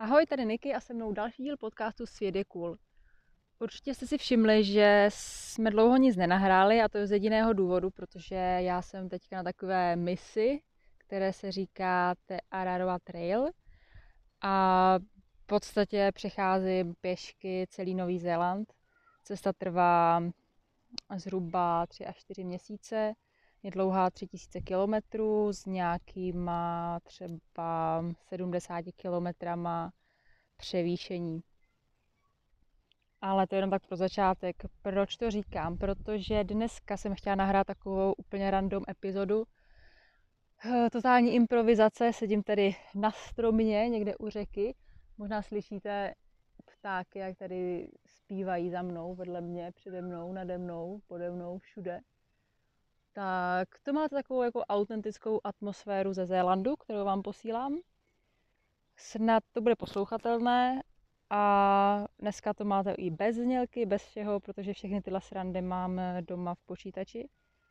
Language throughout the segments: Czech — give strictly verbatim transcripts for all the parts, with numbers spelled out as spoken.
Ahoj, tady Niky a se mnou další díl podcastu Svět je cool. Určitě jste si všimli, že jsme dlouho nic nenahráli a to je z jediného důvodu, protože já jsem teďka na takové misi, které se říká The Araroa Trail a v podstatě přecházím pěšky celý Nový Zéland. Cesta trvá zhruba tři až čtyři měsíce, je dlouhá tři tisíce kilometrů s nějakýma třeba sedmdesáti kilometrama převýšení. Ale to je jenom tak pro začátek. Proč to říkám? Protože dneska jsem chtěla nahrát takovou úplně random epizodu. Totální improvizace, sedím tady na stromě, někde u řeky. Možná slyšíte ptáky, jak tady zpívají za mnou, vedle mě, přede mnou, nade mnou, pode mnou, všude. Tak to máte takovou jako autentickou atmosféru ze Zélandu, kterou vám posílám. Snad to bude poslouchatelné a dneska to máte i bez znělky, bez všeho, protože všechny tyhle srandy mám doma v počítači.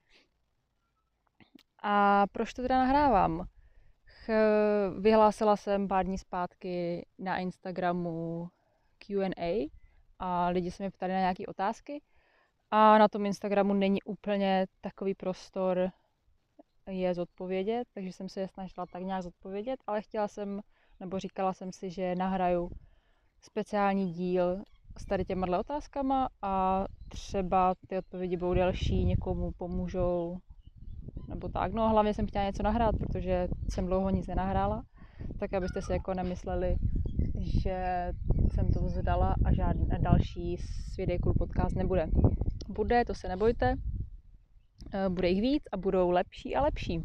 A proč to teda nahrávám? Vyhlásila jsem pár dní zpátky na Instagramu Q and A a lidi se mě ptali na nějaké otázky a na tom Instagramu není úplně takový prostor je zodpovědět, takže jsem se je snažila tak nějak zodpovědět, ale chtěla jsem, nebo říkala jsem si, že nahraju speciální díl s tady těma otázkama a třeba ty odpovědi budou delší, někomu pomůžou, nebo tak. No hlavně jsem chtěla něco nahrát, protože jsem dlouho nic nenahrála, tak abyste si jako nemysleli, že jsem to vzdala a žádný další Svět je cool podcast nebude. Bude, to se nebojte, bude jich víc a budou lepší a lepší.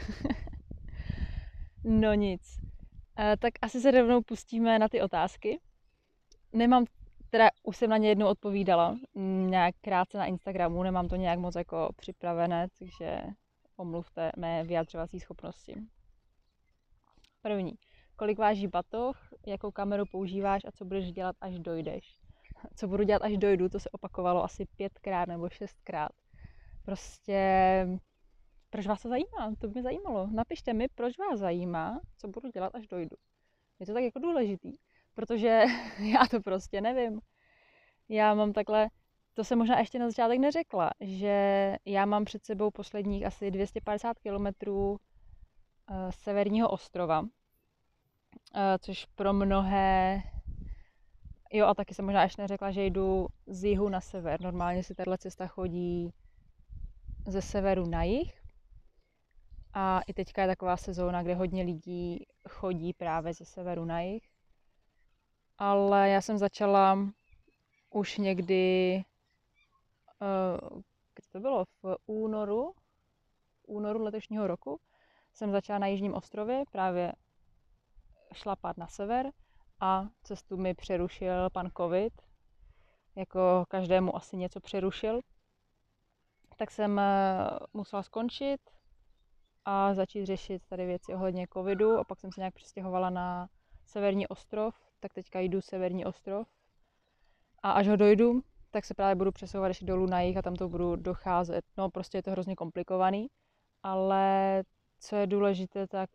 No nic. Tak asi se rovnou pustíme na ty otázky. Nemám, teda už jsem na ně jednou odpovídala, nějak krátce na Instagramu, nemám to nějak moc jako připravené, takže omluvte mé vyjadřovací schopnosti. První. Kolik váží batoh, jakou kameru používáš a co budeš dělat, až dojdeš? Co budu dělat, až dojdu, to se opakovalo asi pětkrát nebo šestkrát. Prostě, proč vás to zajímá? To by mě zajímalo. Napište mi, proč vás zajímá, co budu dělat, až dojdu. Je to tak jako důležitý, protože já to prostě nevím. Já mám takhle, to jsem možná ještě na začátek neřekla, že já mám před sebou posledních asi dvě stě padesát kilometrů uh, severního ostrova, uh, což pro mnohé, jo a taky jsem možná ještě neřekla, že jdu z jihu na sever. Normálně si tato cesta chodí ze severu na jih a i teďka je taková sezóna, kde hodně lidí chodí právě ze severu na jih. Ale já jsem začala už někdy, uh, kdy to bylo, v únoru, v únoru letošního roku, jsem začala na Jižním ostrově právě šlapat na sever a cestu mi přerušil pan covid, jako každému asi něco přerušil. Tak jsem musela skončit a začít řešit tady věci ohledně covidu a pak jsem se nějak přestěhovala na severní ostrov, tak teďka jdu severní ostrov a až ho dojdu, tak se právě budu přesouvat ještě dolů na jih a tam to budu docházet. No prostě je to hrozně komplikovaný, ale co je důležité, tak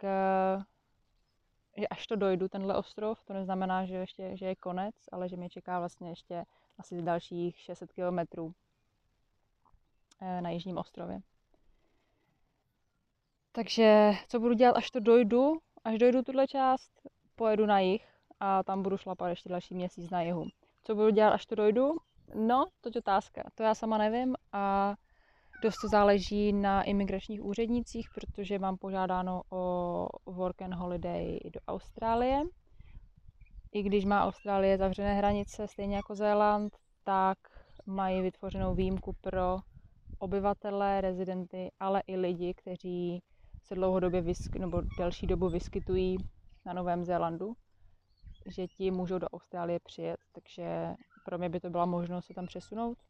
že až to dojdu, tenhle ostrov, to neznamená, že ještě že je konec, ale že mě čeká vlastně ještě asi dalších šest set kilometrů na Jižním ostrově. Takže co budu dělat, až to dojdu, až dojdu tuhle část, pojedu na jih a tam budu šlapat ještě další měsíc na jihu. Co budu dělat, až to dojdu? No, to je otázka. To já sama nevím a dost to záleží na imigračních úřednících, protože mám požádáno o work and holiday do Austrálie. I když má Austrálie zavřené hranice, stejně jako Zéland, tak mají vytvořenou výjimku pro obyvatele, rezidenty, ale i lidi, kteří se dlouhodobě vysky, nebo delší dobu vyskytují na Novém Zélandu, že ti můžou do Austrálie přijet, takže pro mě by to byla možnost se tam přesunout.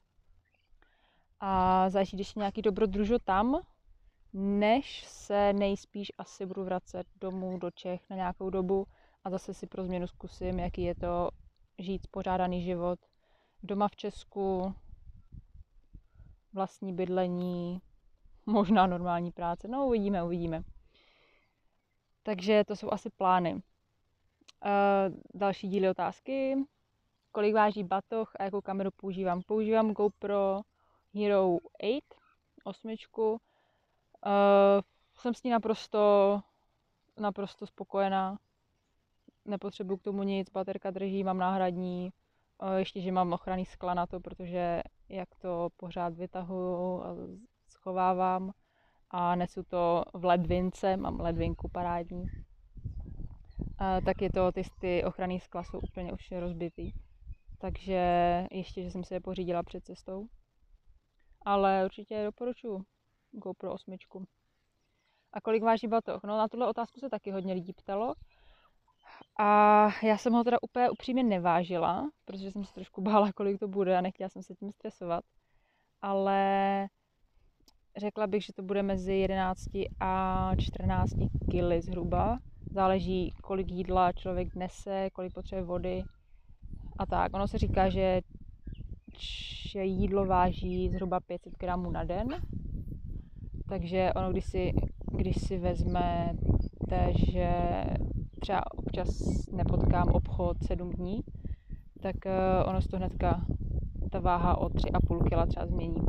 A zajistit ještě nějaký dobrodružo tam, než se nejspíš asi budu vracet domů do Čech na nějakou dobu a zase si pro změnu zkusím, jaký je to žít spořádaný život doma v Česku, vlastní bydlení, možná normální práce, no uvidíme, uvidíme. Takže to jsou asi plány. další díly otázky. Kolik váží batoh a jakou kameru používám? Používám GoPro Hero osm, osmičku. Uh, jsem s ní naprosto, naprosto spokojená. Nepotřebuji k tomu nic, baterka drží, mám náhradní. Uh, ještě, že mám ochranný skla na to, protože jak to pořád vytahuju a schovávám a nesu to v ledvince, mám ledvinku parádní. Uh, tak je to, ty, ty ochranný skla jsou úplně už rozbitý. Takže ještě, že jsem si je pořídila před cestou. Ale určitě doporučuji GoPro osm. A kolik váží batoh? No na tuhle otázku se taky hodně lidí ptalo. A já jsem ho teda úplně upřímně nevážila, protože jsem se trošku bála, kolik to bude a nechtěla jsem se tím stresovat. Ale řekla bych, že to bude mezi jedenácti a čtrnácti kily zhruba. Záleží, kolik jídla člověk nese, kolik potřebuje vody a tak. Ono se říká, že, že jídlo váží zhruba pět set gramů na den. Takže ono, když si, když si vezmete, že třeba občas nepotkám obchod sedm dní, tak ono se to hnedka ta váha o tři a půl kila třeba změní.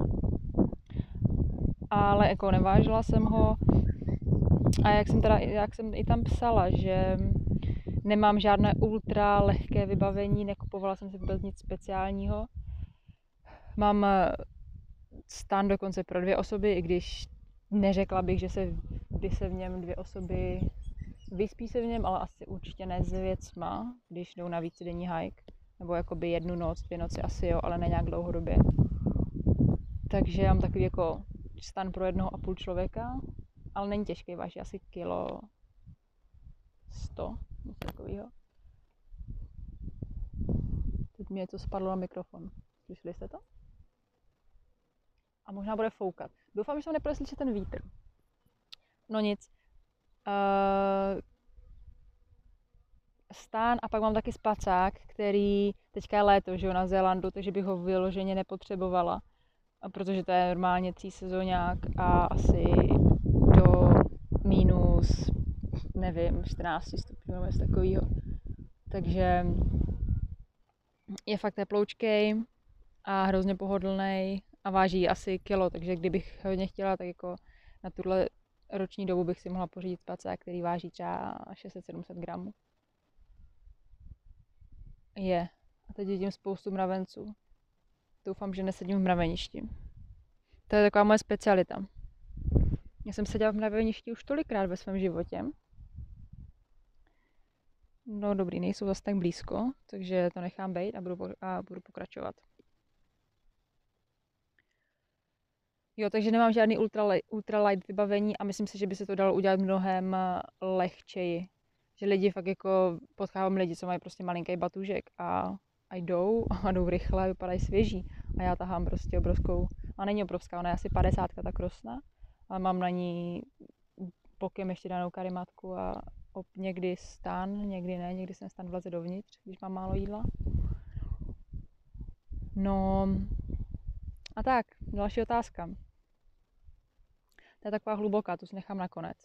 Ale jako nevážila jsem ho a jak jsem, teda, jak jsem i tam psala, že nemám žádné ultra lehké vybavení, nekupovala jsem si vůbec nic speciálního. Mám stan dokonce pro dvě osoby, i když neřekla bych, že se, by se v něm dvě osoby vyspí se v něm, ale asi určitě ne s věcma, když jdou na vícedenní hike. Nebo jakoby jednu noc, dvě noci asi jo, ale ne nějak dlouhodobě. Takže mám takový jako stan pro jednoho a půl člověka, ale není těžký, váží asi kilo sto, něco takového. Teď mi něco spadlo na mikrofon. Slyšeli jste to? A možná bude foukat. Doufám, že jsem nebude slyšet ten vítr. No nic. Uh, stán a pak mám taky spacák, který teďka je léto, že jo, na Zélandu, takže bych ho vyloženě nepotřebovala. Protože to je normálně třísezóňák a asi do minus, nevím, čtrnáct stupňů nebo něco takového. Takže je fakt teploučkej a hrozně pohodlnej a váží asi kilo, takže kdybych hodně chtěla, tak jako na tuhle roční dobu bych si mohla pořídit spacák, který váží třeba šest set sedm set gramů. Je. A teď vidím spoustu mravenců. Doufám, že nesedím v mraveništi. To je taková moje specialita. Já jsem seděla v mraveništi už tolikrát ve svém životě. No dobrý, nejsou zase tak blízko, takže to nechám bejt a budu, a budu pokračovat. Jo, takže nemám žádný ultralight, ultralight vybavení a myslím si, že by se to dalo udělat mnohem lehčeji. Že lidi fakt jako, potkávám lidi, co mají prostě malinký batůžek a, a jdou a jdou rychle a vypadají svěží. A já tahám prostě obrovskou, a není obrovská, ona je asi padesátka tak rostná, ale mám na ní bokem ještě danou karimatku a op, někdy stan, někdy ne, někdy jsem stan vleze dovnitř, když mám málo jídla. No a tak, další otázka. To je taková hluboká, tu si nechám na konec.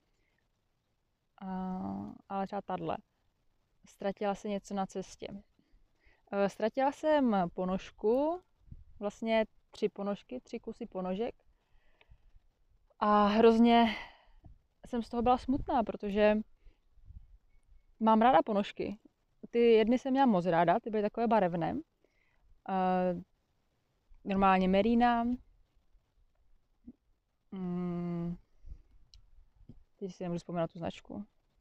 A, ale třeba tahle. Ztratila se něco na cestě. Ztratila jsem ponožku, vlastně tři ponožky, tři kusy ponožek. A hrozně jsem z toho byla smutná, protože mám ráda ponožky. Ty jedny jsem měla moc ráda, ty byly takové barevné. Uh, normálně Merina. Mm, teď si nebudu vzpomínat tu značku.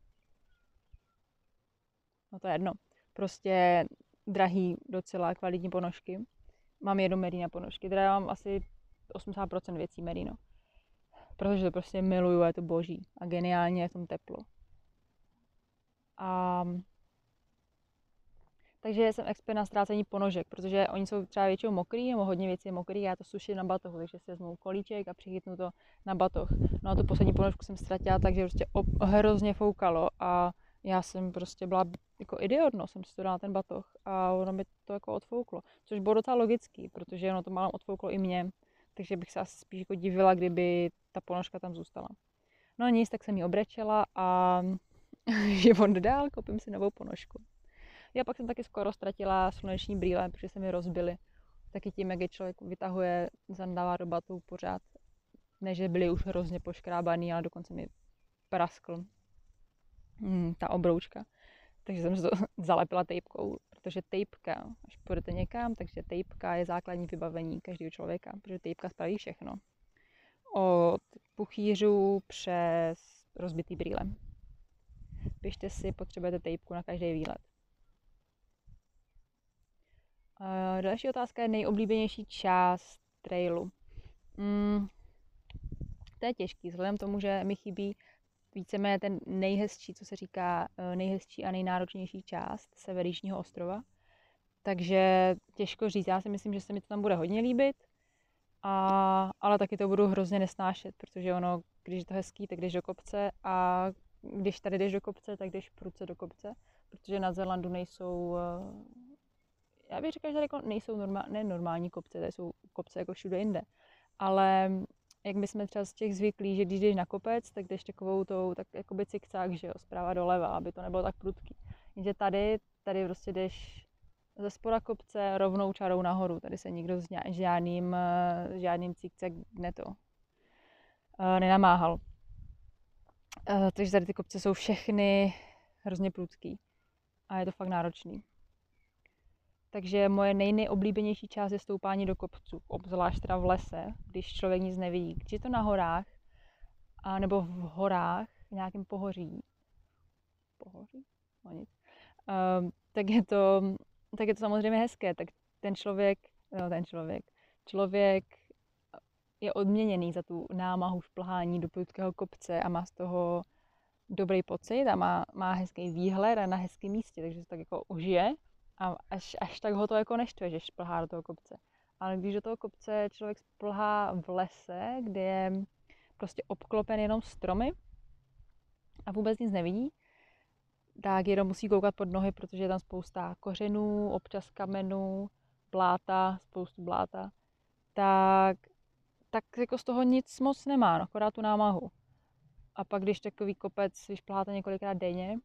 No to je jedno. Prostě drahý, docela kvalitní ponožky. Mám jednu Merina ponožky, teda já mám asi osmdesát procent věcí Merino. Protože to prostě miluju, je to boží a geniálně je v tom teplo. A takže jsem expert na ztrácení ponožek, protože oni jsou třeba většinou mokrý, nebo hodně věcí je mokrý, já to suším na batohu, takže si vezmu kolíček a přichytnu to na batoh. No a tu poslední ponožku jsem ztratila, takže prostě op- hrozně foukalo a já jsem prostě byla jako idiot, no, jsem si to dala na ten batoh a ono mi to jako odfouklo, což bylo docela logický, protože ono to málem odfouklo i mě, takže bych se asi spíš jako divila, kdyby ta ponožka tam zůstala. No nic, tak jsem ji obrečela a Život dál, koupím si novou ponožku. Já pak jsem taky skoro ztratila sluneční brýle, protože se mi rozbily. Taky tím, jak je člověk vytahuje, zandává do batu pořád. Ne, že byly už hrozně poškrábaný, ale dokonce mi praskl hmm, ta obroučka. Takže jsem se to zalepila tejpkou, protože tejpka, až půjdete někam, takže tejpka je základní vybavení každého člověka, protože tejpka spraví všechno. Od puchýřů přes rozbitý brýle. Pište si, potřebujete tejpku na každý výlet. Uh, další otázka je nejoblíbenější část trailu. Mm, to je těžký, vzhledem k tomu, že mi chybí víceméně ten nejhezčí, co se říká nejhezčí a nejnáročnější část sever Jižního ostrova. Takže těžko říct, já si myslím, že se mi to tam bude hodně líbit, a, ale taky to budu hrozně nesnášet, protože ono, když je to hezký, tak jdeš do kopce a když tady jdeš do kopce, tak jdeš prudce do kopce, protože na Zélandu nejsou, já bych řekla, že tady jako nejsou normál, ne normální kopce, tady jsou kopce jako všude jinde, ale jak my jsme třeba z těch zvyklí, že když jdeš na kopec, tak jdeš takovou tou, tak jakoby cikcák, že jo, zprava doleva, aby to nebylo tak prudký. Jenže tady, tady prostě jdeš ze spoda kopce rovnou čarou nahoru, tady se nikdo s žádným, žádným cikcák neto nenamáhal. Takže tady ty kopce jsou všechny hrozně prudký a je to fakt náročný. Takže moje nejnejoblíbenější část je stoupání do kopců, obzvlášť teda v lese, když člověk nic nevidí. Když je to na horách, a nebo v horách, v nějakém pohoří, pohoří? No nic. Um, tak, je to, tak je to samozřejmě hezké. Tak ten člověk, no ten člověk, člověk je odměněný za tu námahu šplhání do prudkého kopce a má z toho dobrý pocit a má, má hezký výhled a na hezkém místě, takže se tak jako užije. A až, až tak ho to jako neštve, že šplhá do toho kopce. Ale když do toho kopce člověk splhá v lese, kde je prostě obklopen jenom stromy a vůbec nic nevidí, tak jenom musí koukat pod nohy, protože je tam spousta kořenů, občas kamenů, bláta, spoustu bláta, tak, tak jako z toho nic moc nemá, no, akorát tu námahu. A pak když takový kopec vyšplháte několikrát denně,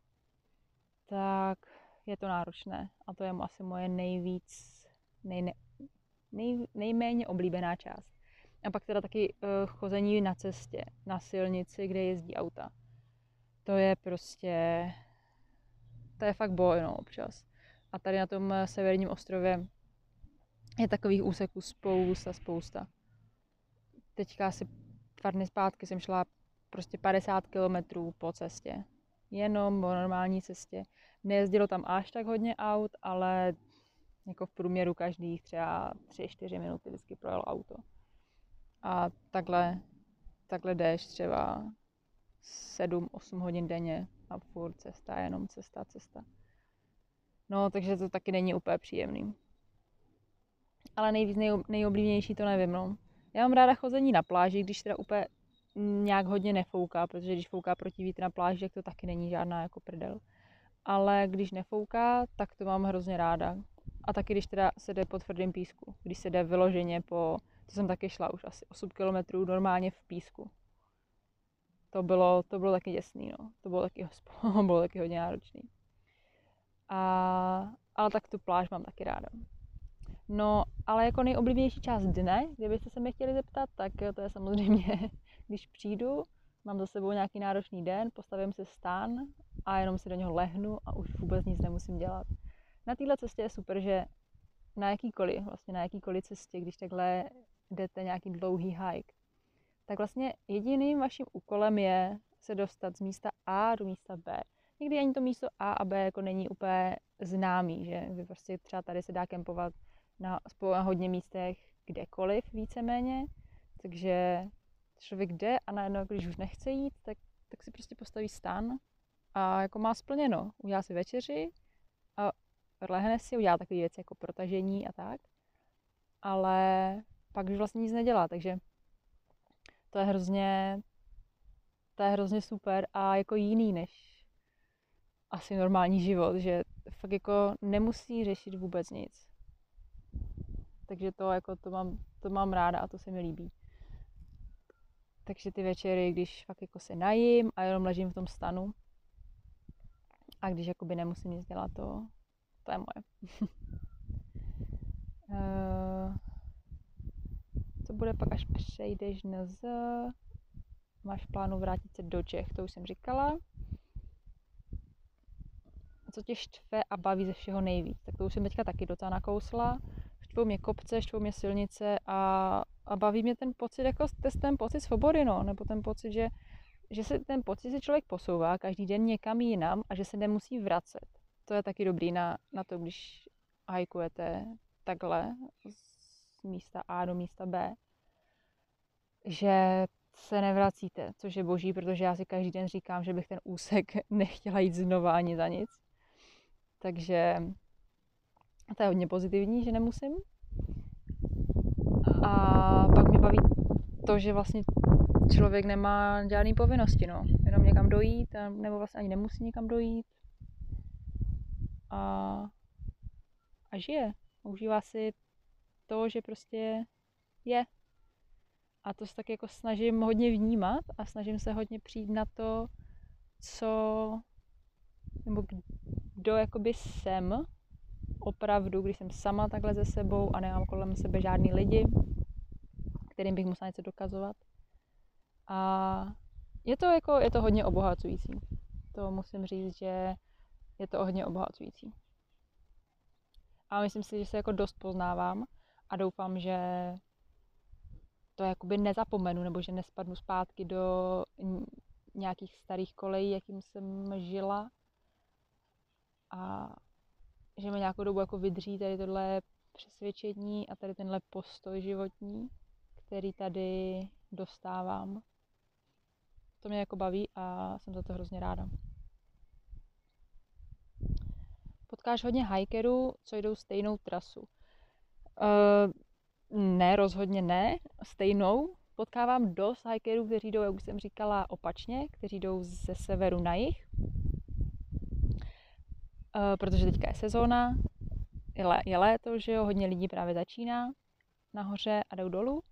tak je to náročné a to je asi moje nejvíc, nej, nej, nejméně oblíbená část. A pak teda taky uh, chození na cestě, na silnici, kde jezdí auta. To je prostě, to je fakt boj, no, občas. A tady na tom severním ostrově je takových úseků spousta, spousta. Teďka asi dva dny zpátky jsem šla prostě padesát kilometrů po cestě. Jenom po normální cestě. Nejezdilo tam až tak hodně aut, ale jako v průměru každých třeba tři čtyři minuty vždycky projel auto. A takhle, takhle jdeš třeba sedm osm hodin denně a furt cesta, jenom cesta, cesta. No, takže to taky není úplně příjemný. Ale nejvíc nej, nejoblíbenější to nevím, no. Já mám ráda chození na pláži, když teda úplně nějak hodně nefouká, protože když fouká protivítr na pláži, tak to taky není žádná jako prdel. Ale když nefouká, tak to mám hrozně ráda. A taky když teda se jde po tvrdém písku, když se jde vyloženě po, to jsem taky šla už asi osm kilometrů normálně v písku. To bylo, to bylo taky děsný, no. To bylo taky, bylo taky hodně náročný. A, ale tak tu pláž mám taky ráda. No, ale jako nejoblíbenější část dne, kdybyste se mě chtěli zeptat, tak to je samozřejmě, když přijdu, mám za sebou nějaký náročný den, postavím si stán a jenom si do něho lehnu a už vůbec nic nemusím dělat. Na této cestě je super, že na jakýkoliv, vlastně na jakýkoliv cestě, když takhle jdete nějaký dlouhý hike, tak vlastně jediným vaším úkolem je se dostat z místa A do místa B. Někdy ani to místo A a B jako není úplně známý, že vy prostě třeba tady se dá kempovat na, na hodně místech kdekoliv víceméně, takže člověk jde a najednou, když už nechce jít, tak, tak si prostě postaví stan a jako má splněno. Udělá si večeři a lehne si, udělá takové věci jako protažení a tak, ale pak už vlastně nic nedělá, takže to je hrozně, to je hrozně super a jako jiný než asi normální život, že fakt jako nemusí řešit vůbec nic. Takže to, jako to, mám, to mám ráda a to se mi líbí. Takže ty večery, když fakt jako se najím a jenom ležím v tom stanu A když jakoby nemusím nic dělat, to, to je moje. uh, co bude pak, až přejdeš na z... Máš v plánu vrátit se do Čech, to už jsem říkala. Co tě štve a baví ze všeho nejvíc? Tak to už jsem teďka taky docela nakousla. Štvou mě kopce, štvou mě silnice a, a baví mě ten pocit, jako ten pocit svobody, no, nebo ten pocit, že, že se ten pocit si člověk posouvá každý den někam jinam a že se nemusí vracet. To je taky dobrý na, na to, když hajkujete takhle z místa A do místa B, že se nevracíte, což je boží, protože já si každý den říkám, že bych ten úsek nechtěla jít znova ani za nic. Takže to je hodně pozitivní, že nemusím. A pak mě baví to, že vlastně člověk nemá žádný povinnosti, no. Jenom někam dojít, nebo vlastně ani nemusí někam dojít. A, a žije. Užívá si to, že prostě je. A to se tak jako snažím hodně vnímat a snažím se hodně přijít na to, co, nebo kdo jakoby jsem opravdu, když jsem sama takhle ze sebou a nemám kolem sebe žádný lidi, kterým bych musela něco dokazovat. A je to jako, je to hodně obohacující. To musím říct, že je to hodně obohacující. A myslím si, že se jako dost poznávám a doufám, že to jakoby nezapomenu, nebo že nespadnu zpátky do nějakých starých kolejí, jakým jsem žila. A že mi nějakou dobu jako vydrží tady tohle přesvědčení a tady tenhle postoj životní, který tady dostávám. To mě jako baví a jsem za to hrozně ráda. Potkáš hodně hikerů, co jdou stejnou trasu. Uh, ne, rozhodně ne. Stejnou. Potkávám dost hikerů, kteří jdou, jak už jsem říkala, opačně, kteří jdou ze severu na jih. Uh, protože teďka je sezóna, je, lé, je léto, že jo, hodně lidí právě začíná nahoře a jdou dolů.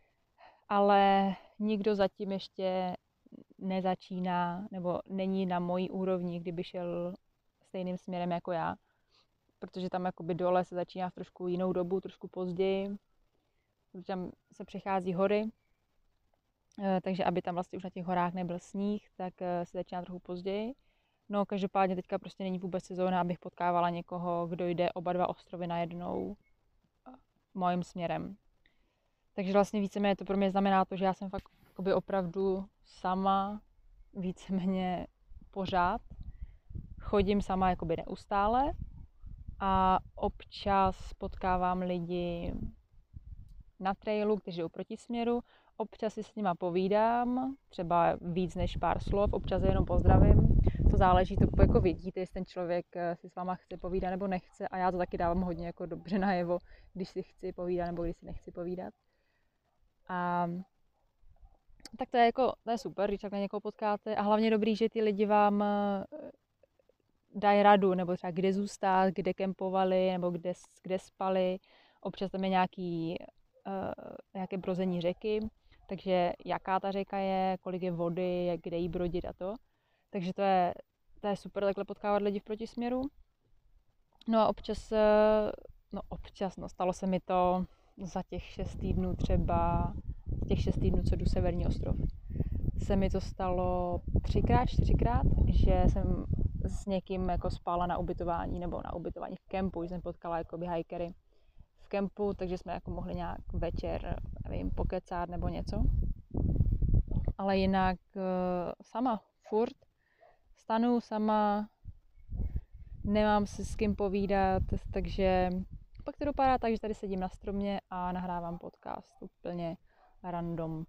Ale nikdo zatím ještě nezačíná, nebo není na mojí úrovni, kdyby šel stejným směrem jako já. Protože tam jakoby dole se začíná v trošku jinou dobu, trošku později. Protože tam se přechází hory. Takže aby tam vlastně už na těch horách nebyl sníh, tak se začíná trochu později. No každopádně teďka prostě není vůbec sezóna, abych potkávala někoho, kdo jde oba dva ostrovy najednou mojím směrem. Takže vlastně víceméně to pro mě znamená to, že já jsem fakt jakoby opravdu sama, víceméně pořád. Chodím sama jakoby neustále a občas potkávám lidi na trailu, kteří jdou proti směru. Občas si s nima povídám, třeba víc než pár slov, občas je jenom pozdravím. To záleží, to jako vidíte, jestli ten člověk si s váma chce povídat nebo nechce. A já to taky dávám hodně jako dobře najevo, když si chci povídat nebo když si nechci povídat. A tak to je jako, to je super, když tak na někoho potkáte. A hlavně dobrý, že ty lidi vám dají radu, nebo třeba kde zůstat, kde kempovali, nebo kde, kde spali. Občas tam je nějaký, uh, nějaké brození řeky, takže jaká ta řeka je, kolik je vody, kde jí brodit a to. Takže to je, to je super takhle potkávat lidi v protisměru. No a občas, no občas, no stalo se mi to za těch šest týdnů třeba, z těch šest týdnů, co jdu Severní ostrov. Se mi to stalo třikrát, čtyřikrát, že jsem s někým jako spala na ubytování, nebo na ubytování v kempu, že jsem potkala jakoby hikery v kempu, takže jsme jako mohli nějak večer, nevím, pokecat nebo něco. Ale jinak sama, furt, stanu sama, nemám si s kým povídat, takže pak to dopadá tak, že tady sedím na stromě a nahrávám podcast úplně random.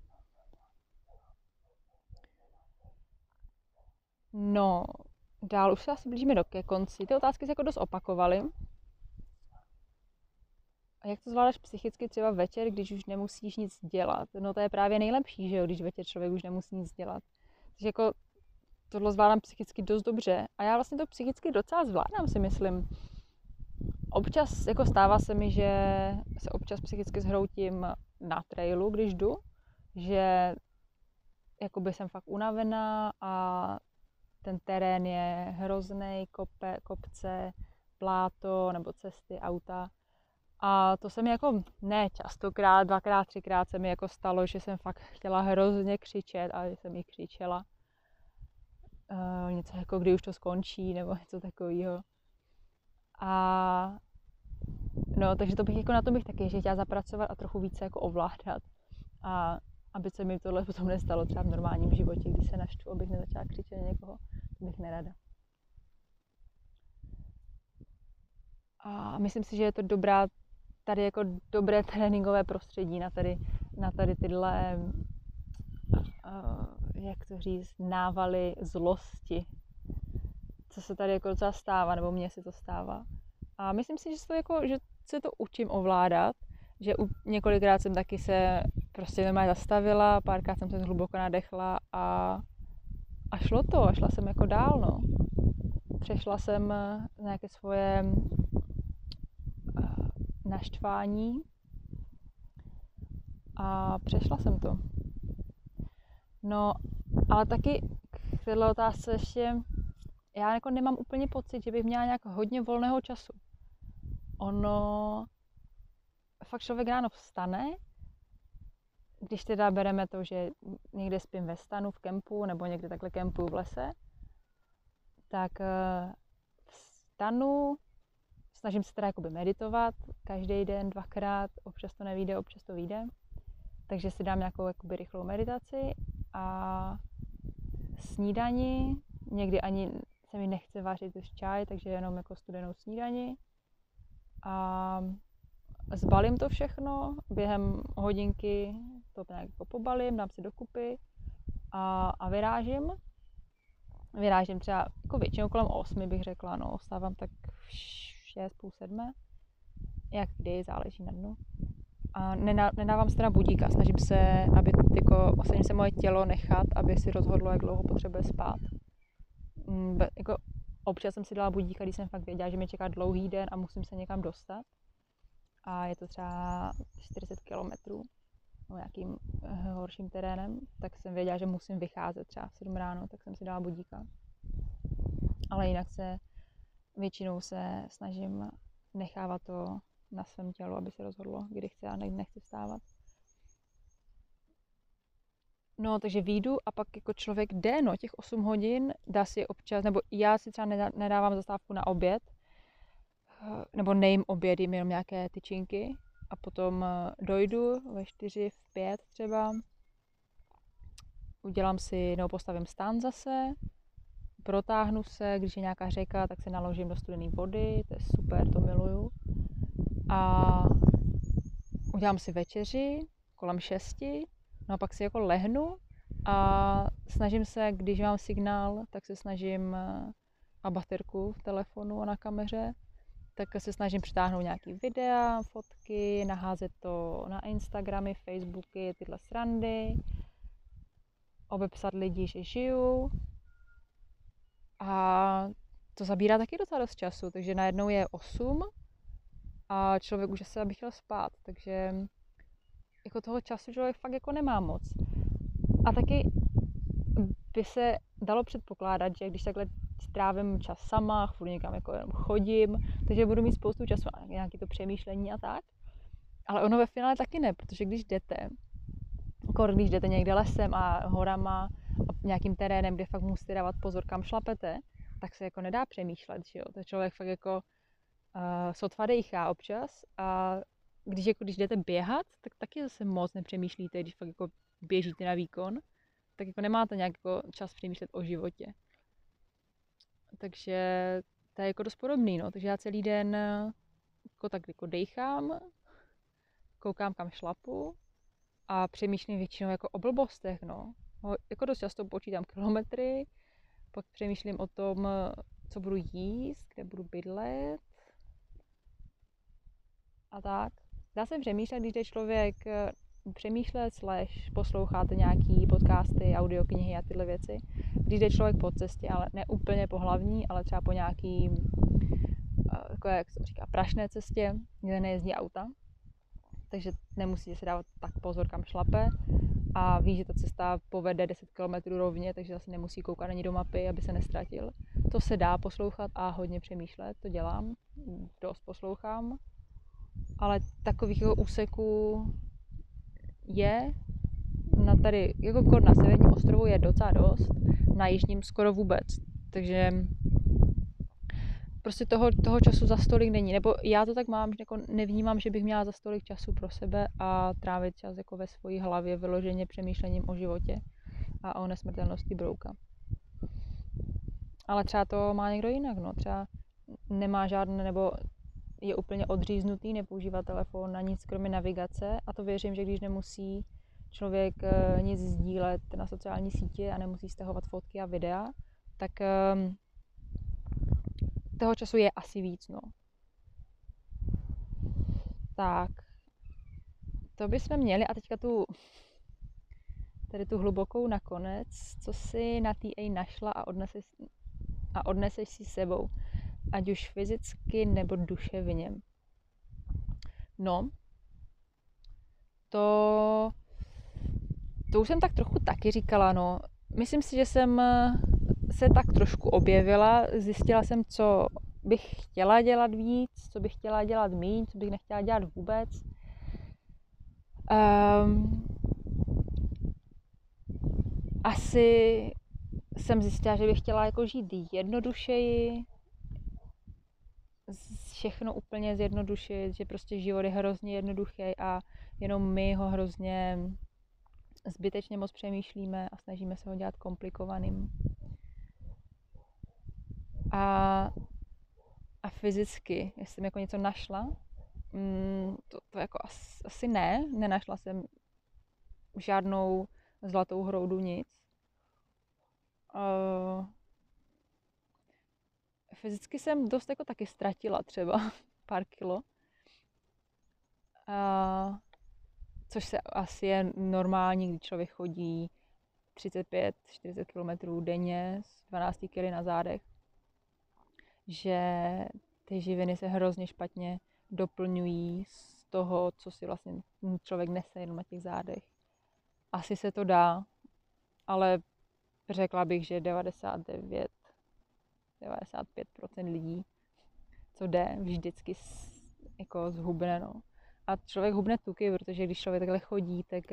No, dál už se asi blížíme do ke konci. Ty otázky se jako dost opakovaly. A jak to zvládáš psychicky třeba večer, když už nemusíš nic dělat? No to je právě nejlepší, že jo, když večer člověk už nemusí nic dělat. Takže jako tohle zvládám psychicky dost dobře. A já vlastně to psychicky docela zvládám, si myslím. Občas jako stává se mi, že se občas psychicky zhroutím na trailu, když jdu, že jakoby jsem fakt unavená a ten terén je hrozný, kope, kopce, pláto nebo cesty, auta. A to se mi jako ne častokrát, dvakrát, třikrát se mi jako stalo, že jsem fakt chtěla hrozně křičet a že jsem i křičela. Uh, něco jako kdy už to skončí nebo něco takového. A no, takže to bych jako na to bych taky ještě chtěla zapracovat a trochu více jako ovládat. A aby se mi tohle potom nestalo třeba v normálním životě, když se naštvu, abych nezačala křičet na někoho, to bych nerada. A myslím si, že je to dobrá, tady jako dobré tréninkové prostředí na tady, na tady tyhle, uh, jak to říct, návaly zlosti, co se tady jako docela stává, nebo mně se to stává. A myslím si, že se to, jako, že se to učím ovládat, že u, několikrát jsem taky se prostě normálně zastavila, párkrát jsem se hluboko nadechla a, a šlo to, a šla jsem jako dál, no. Přešla jsem nějaké svoje uh, naštvání a přešla jsem to. No, ale taky k této otázce ještě, já jako nemám úplně pocit, že bych měla nějak hodně volného času. Ono, fakt člověk ráno vstane, když teda bereme to, že někde spím ve stanu, v kempu, nebo někde takhle kempuju v lese, tak vstanu, snažím se teda jakoby meditovat každý den, dvakrát, občas to nevyjde, občas to vyjde. Takže si dám nějakou jakoby rychlou meditaci a snídani, někdy ani se mi nechce vařit už čaj, takže jenom jako studenou snídani. A zbalím to všechno, během hodinky to nějak jako pobalím, dám si dokupy a, a vyrážím. Vyrážím třeba jako většinou kolem osmi bych řekla, no, vstávám tak v šest, půl sedmé, jak kdy, záleží na dnu. A nedávám si teda budíka, snažím se, aby tyko, snažím se moje tělo nechat, aby si rozhodlo, jak dlouho potřebuje spát. Be, jako, občas jsem si dala budíka, když jsem fakt věděla, že mě čeká dlouhý den a musím se někam dostat. A je to třeba čtyřicet kilometrů, no, nějakým horším terénem, tak jsem věděla, že musím vycházet třeba v sedm ráno, tak jsem si dala budíka. Ale jinak se většinou se snažím nechávat to na svém tělu, aby se rozhodlo, kdy chce a nechci vstávat. No, takže vyjdu a pak jako člověk jde, no, těch osm hodin, dá si občas, nebo já si třeba nedávám zastávku na oběd, nebo nejím oběd, jim jenom nějaké tyčinky a potom dojdu ve čtyři, v pět třeba, udělám si, nebo postavím stán zase, protáhnu se, když je nějaká řeka, tak se naložím do studené vody, to je super, to miluju. A udělám si večeři kolem šesti, no a pak si jako lehnu a snažím se, když mám signál, tak se snažím a baterku v telefonu a na kameře, tak se snažím přitáhnout nějaký videa, fotky, naházet to na Instagramy, Facebooky, tyhle srandy, obepsat lidi, že žiju. A to zabírá taky docela dost času, takže najednou je osm a člověk už asi aby chtěl spát, takže jako toho času člověk fakt jako nemá moc. A taky by se dalo předpokládat, že když takhle strávím čas sama, furt někam jako jenom chodím, takže budu mít spoustu času na nějaké to přemýšlení a tak. Ale ono ve finále taky ne, protože když jdete, jako když jdete někde lesem a horama a nějakým terénem, kde fakt musíte dávat pozor, kam šlapete, tak se jako nedá přemýšlet, že jo. To člověk fakt jako uh, sotva dejchá občas a když, jako, když jdete běhat, tak taky zase moc nepřemýšlíte, když fakt jako běžíte na výkon, tak jako nemáte nějak jako čas přemýšlet o životě. Takže to je jako dost podobný, no. Takže já celý den jako tak jako dejchám, koukám kam šlapu a přemýšlím většinou jako o blbostech, no. Jako dost často počítám kilometry, pak přemýšlím o tom, co budu jíst, kde budu bydlet a tak. Dá se přemýšlet, když jde člověk přemýšlet, slash posloucháte nějaký podcasty, audioknihy a tyhle věci. Když jde člověk po cestě, ale ne úplně po hlavní, ale třeba po nějaký, takové, jak se říká, prašné cestě, kde nejezdí auta. Takže nemusíte si dávat tak pozor, kam šlape. a ví, že ta cesta povede deset kilometrů rovně, takže zase nemusí koukat ani do mapy, aby se nestratil. To se dá poslouchat a hodně přemýšlet, to dělám, dost poslouchám, ale takových jako úseků je na tady, jako na severním ostrovu je docela dost, na jižním skoro vůbec, takže prostě toho, toho času za stolik není, nebo já to tak mám, že jako nevnímám, že bych měla za stolik času pro sebe a trávit čas jako ve své hlavě vyloženě přemýšlením o životě a o nesmrtelnosti brouka. Ale třeba to má někdo jinak, no, třeba nemá žádné, nebo je úplně odříznutý, nepoužívá telefon na nic kromě navigace a to věřím, že když nemusí člověk nic sdílet na sociální sítě a nemusí stahovat fotky a videa, tak toho času je asi víc, no. Tak, to bychom měli a teďka tu, tady tu hlubokou nakonec, co si na té A našla a odneseš, a odneseš si sebou, ať už fyzicky nebo duševně. No, to, to už jsem tak trochu taky říkala, no. Myslím si, že jsem se tak trošku objevila, zjistila jsem, co bych chtěla dělat víc, co bych chtěla dělat míň, co bych nechtěla dělat vůbec. Um, asi jsem zjistila, že bych chtěla jako žít jednodušeji, všechno úplně zjednodušit, že prostě život je hrozně jednoduchý a jenom my ho hrozně zbytečně moc přemýšlíme a snažíme se ho dělat komplikovaným. A, a fyzicky, jestli jsem jako něco našla, mm, to, to jako asi, asi ne, nenašla jsem žádnou zlatou hroudu, nic. Uh, fyzicky jsem dost jako taky ztratila třeba pár kilo. Uh, což se asi je normální, když člověk chodí třicet pět čtyřicet kilometrů denně s dvanácti kily na zádech. Že ty živiny se hrozně špatně doplňují z toho, co si vlastně člověk nese jenom na těch zádech. Asi se to dá, ale řekla bych, že devadesát devět devadesát pět procent lidí, co jde, vždycky jako zhubne, no. A člověk hubne tuky, protože když člověk takhle chodí, tak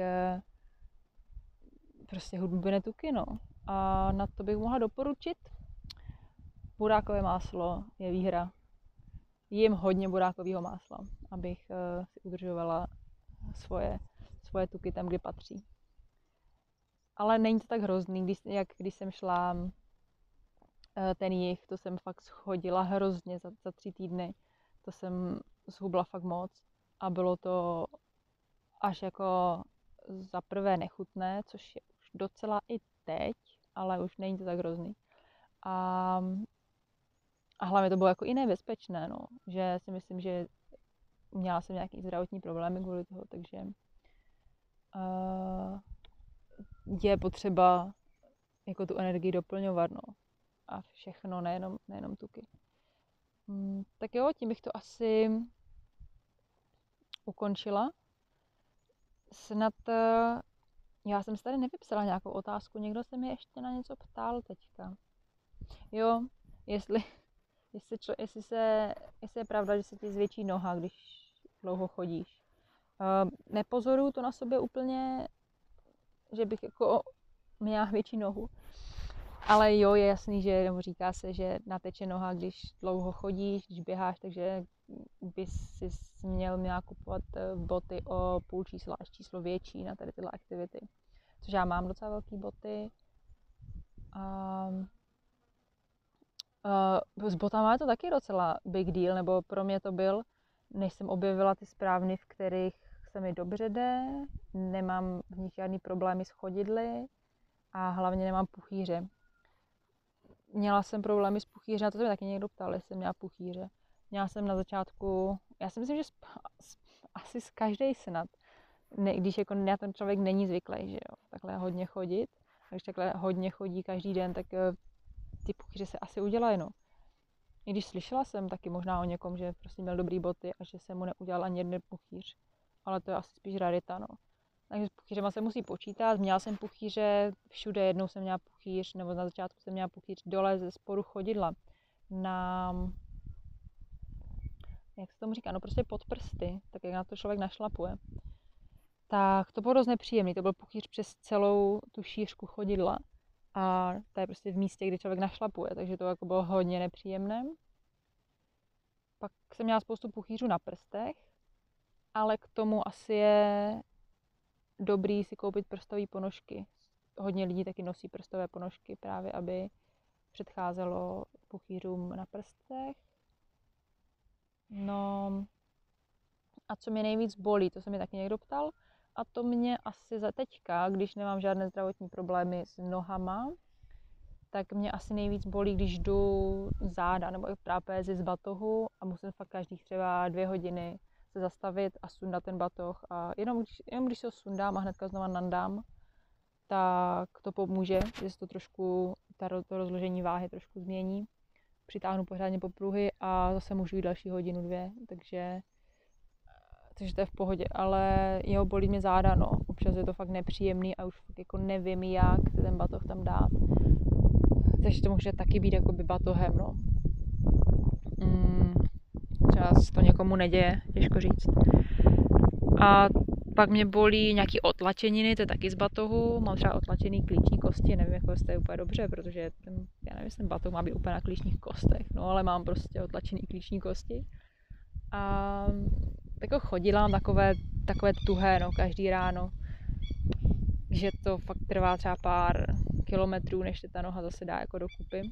prostě hubne tuky, no. A na to bych mohla doporučit. Burákové máslo je výhra. Jím hodně burákového másla, abych uh, si udržovala svoje, svoje tuky tam, kde patří. Ale není to tak hrozný, když, jak když jsem šla uh, ten jih, to jsem fakt schodila hrozně za, za tři týdny. To jsem zhubla fakt moc a bylo to až jako za prvé nechutné, což je už docela i teď, ale už není to tak hrozný. A A hlavně to bylo jako i nebezpečné, no. Že si myslím, že měla jsem nějaký zdravotní problémy kvůli toho, takže uh, je potřeba jako tu energii doplňovat, no. A všechno, nejenom, nejenom tuky. Hmm, tak jo, tím bych to asi ukončila. Snad uh, já jsem si tady nevypsala nějakou otázku, někdo se mě ještě na něco ptal teďka. Jo, jestli Jestli, čo, jestli, se, jestli je pravda, že se ti zvětší noha, když dlouho chodíš. Uh, nepozoruju to na sobě úplně, že bych jako měla větší nohu. Ale jo, je jasný, že nebo říká se, že nateče noha, když dlouho chodíš, když běháš, takže bys si měl měla kupovat boty o půl čísla až číslo větší na tady tyhle aktivity. Což já mám docela velký boty. Um, Uh, s botama je to taky docela big deal, nebo pro mě to byl, než jsem objevila ty správny, v kterých se mi dobře jde, nemám v nich žádný problémy s chodidly a hlavně nemám puchýře. Měla jsem problémy s puchýře, na to se mi taky někdo ptal, jestli jsem měla puchýře. Měla jsem na začátku, já si myslím, že sp- asi z každej snad, ne, když jako na ten člověk není zvyklý, že jo, takhle hodně chodit, když takhle hodně chodí každý den, tak ty puchýře se asi udělají, no. I když slyšela jsem taky možná o někom, že prostě měl dobrý boty a že se mu neudělal ani jeden puchýř, ale to je asi spíš rarita, no. Takže s puchýřema se musí počítat. Měla jsem puchýře všude, jednou jsem měla puchýř, nebo na začátku jsem měla puchýř dole ze spodu chodidla. Na, jak se tomu říká, no prostě pod prsty, tak jak na to člověk našlapuje. Tak to bylo dost nepříjemný, to byl puchýř přes celou tu šířku chodidla. A to je prostě v místě, kdy člověk našlapuje, takže to jako bylo hodně nepříjemné. Pak jsem měla spoustu puchýřů na prstech, ale k tomu asi je dobrý si koupit prstové ponožky. Hodně lidí taky nosí prstové ponožky právě, aby předcházelo puchýřům na prstech. No a co mě nejvíc bolí, to se mi taky někdo ptal, a to mě asi za teďka, když nemám žádné zdravotní problémy s nohama, tak mě asi nejvíc bolí, když jdu záda nebo trapézy z batohu a musím fakt každých třeba dvě hodiny se zastavit a sundat ten batoh. A jenom když, jenom když se ho sundám a hnedka znova nandám, tak to pomůže, že se to trošku, to rozložení váhy trošku změní. Přitáhnu pořádně po pruhy a zase můžu jít další hodinu, dvě, takže, takže to je v pohodě. Ale jeho bolí mě záda, no. Občas je to fakt nepříjemný a už fakt jako nevím, jak ten batoh tam dát. Takže to může taky být jakoby batohem, no. Mm, třeba se to někomu neděje, těžko říct. A pak mě bolí nějaký otlačeniny, to je taky z batohu. Mám třeba otlačený klíční kosti, nevím, jako jestli to je úplně dobře, protože ten, já nevím, jestli ten batoh má být úplně na klíčních kostech, no ale mám prostě otlačený klíční kosti. A jako chodila takové, takové tuhé, no, každý ráno. Že to fakt trvá třeba pár kilometrů, než se ta noha zase dá jako dokupy.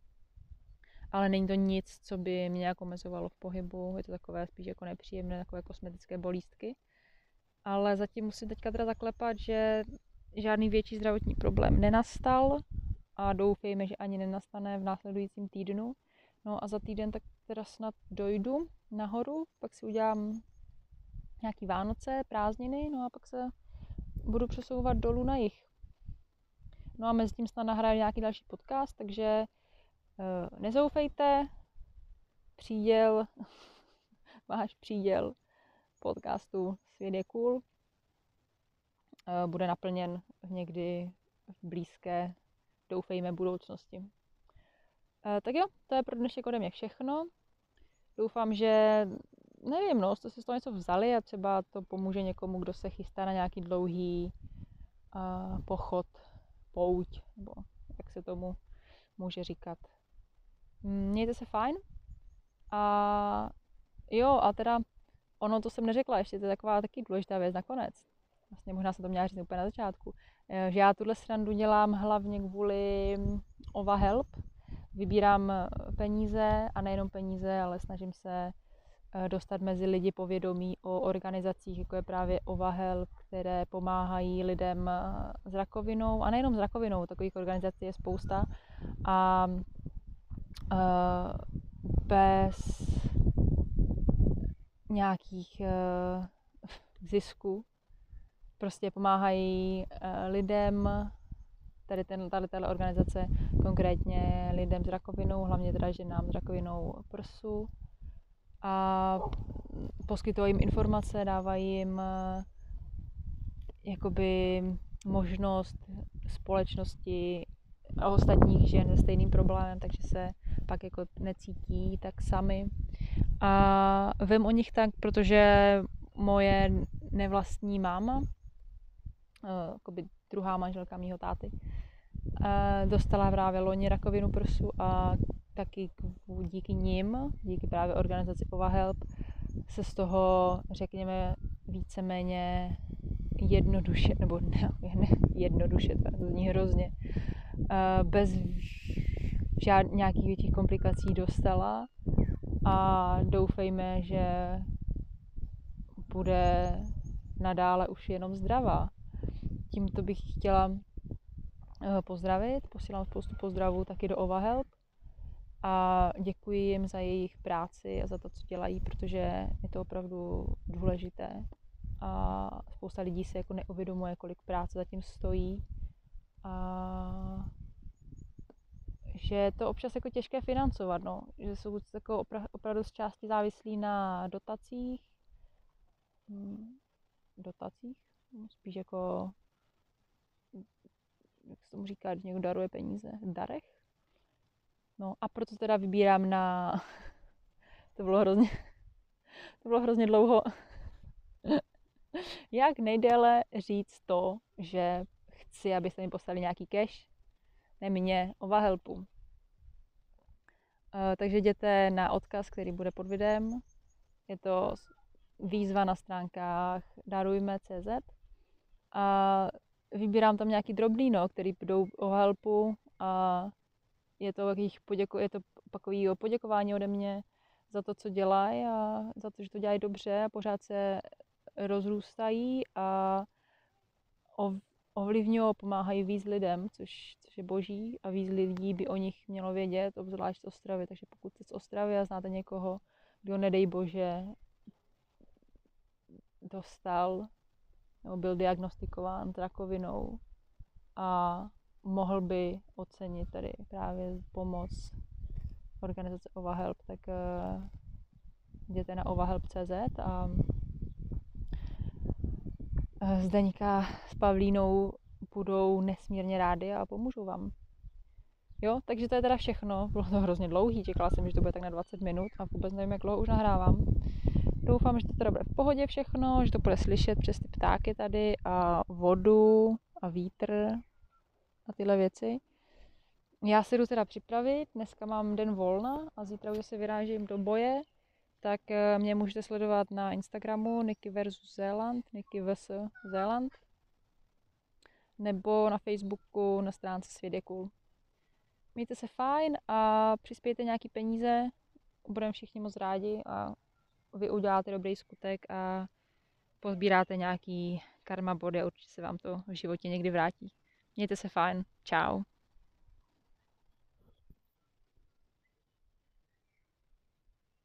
Ale není to nic, co by mě nějak omezovalo v pohybu. Je to takové spíš jako nepříjemné, takové kosmetické bolístky. Ale zatím musím teďka teda zaklepat, že žádný větší zdravotní problém nenastal a doufejme, že ani nenastane v následujícím týdnu. No a za týden tak teda snad dojdu nahoru, pak si udělám nějaký Vánoce, prázdniny, no a pak se budu přesouvat dolů na jih. No a mezi tím snad nahraju nějaký další podcast, takže uh, nezoufejte, příděl, váš příděl podcastu Svět je cool uh, bude naplněn někdy v blízké, doufejme, budoucnosti. Uh, tak jo, to je pro dnešek ode mě všechno. Doufám, že nevím, no, jste si z toho něco vzali a třeba to pomůže někomu, kdo se chystá na nějaký dlouhý uh, pochod, pouť, nebo jak se tomu může říkat. Mějte se fajn. A jo, a teda ono, to jsem neřekla ještě, to je taková taky důležitá věc nakonec. Vlastně možná jsem to měla říct úplně na začátku. Že já tuhle srandu dělám hlavně kvůli Ova Help. Vybírám peníze a nejenom peníze, ale snažím se dostat mezi lidi povědomí o organizacích, jako je právě Ova Help, které pomáhají lidem s rakovinou. A nejenom s rakovinou, takových organizací je spousta. A uh, bez nějakých uh, zisků prostě pomáhají uh, lidem, tady ten, tady tato organizace konkrétně lidem s rakovinou, hlavně teda ženám s rakovinou prsu, a poskytují jim informace, dávají jim uh, jakoby možnost společnosti a ostatních žen se stejným problémem, takže se pak jako necítí tak sami. A vím o nich tak, protože moje nevlastní máma, jakoby druhá manželka mýho táty, dostala právě loni rakovinu prsu a taky díky nim, díky právě organizaci Ova Help, se z toho, řekněme, víceméně jednoduše, nebo ne, ne jednoduše, to zní hrozně, bez žád, nějakých větších komplikací dostala a doufejme, že bude nadále už jenom zdravá. Tímto bych chtěla pozdravit, posílám spoustu pozdravů taky do Ova Help a děkuji jim za jejich práci a za to, co dělají, protože je to opravdu důležité a spousta lidí si jako neuvědomuje, kolik práce zatím stojí a že je to občas jako těžké financovat, no. Že jsou jako opra- opravdu z části závislí na dotacích, hmm, dotacích, spíš jako, jak se tomu říká, když někdo daruje peníze, darech. No a proto teda vybírám na, to bylo hrozně, to bylo hrozně dlouho, jak nejdéle říct to, že chci, abyste mi poslali nějaký cash, ne mě, Ovahelpu. Uh, takže jděte na odkaz, který bude pod videem. Je to výzva na stránkách darujme tečka cé zet a vybírám tam nějaký drobný, no, který jdou Ovahelpu a je to, poděko, je to takový poděkování ode mě za to, co dělají a za to, že to dělají dobře a pořád se rozrůstají a ovlivňují, pomáhají víc lidem, což, což je boží a víc lidí by o nich mělo vědět, obzvlášť z Ostravy. Takže pokud jste z Ostravy a znáte někoho, kdo nedej bože dostal nebo byl diagnostikován rakovinou a mohl by ocenit tady právě pomoc organizace Ovahelp, tak uh, jděte na ovahelp tečka cé zet a Zdeňka s Pavlínou budou nesmírně rádi a pomůžou vám. Jo, takže to je teda všechno. Bylo to hrozně dlouhý, čekala jsem, že to bude tak na dvacet minut a vůbec nevím, jak dlouho už nahrávám. Doufám, že to teda bude v pohodě všechno, že to bude slyšet přes ty ptáky tady a vodu a vítr a tyhle věci. Já se jdu teda připravit, dneska mám den volna a zítra už se vyrážím do boje, tak mě můžete sledovat na Instagramu Niky versus Zéland, Niky vs Zéland, nebo na Facebooku na stránce Svět je cool. Mějte se fajn a přispějte nějaký peníze, budeme všichni moc rádi a vy uděláte dobrý skutek a pozbíráte nějaký karma body a určitě se vám to v životě někdy vrátí. Mějte se fajn, čau.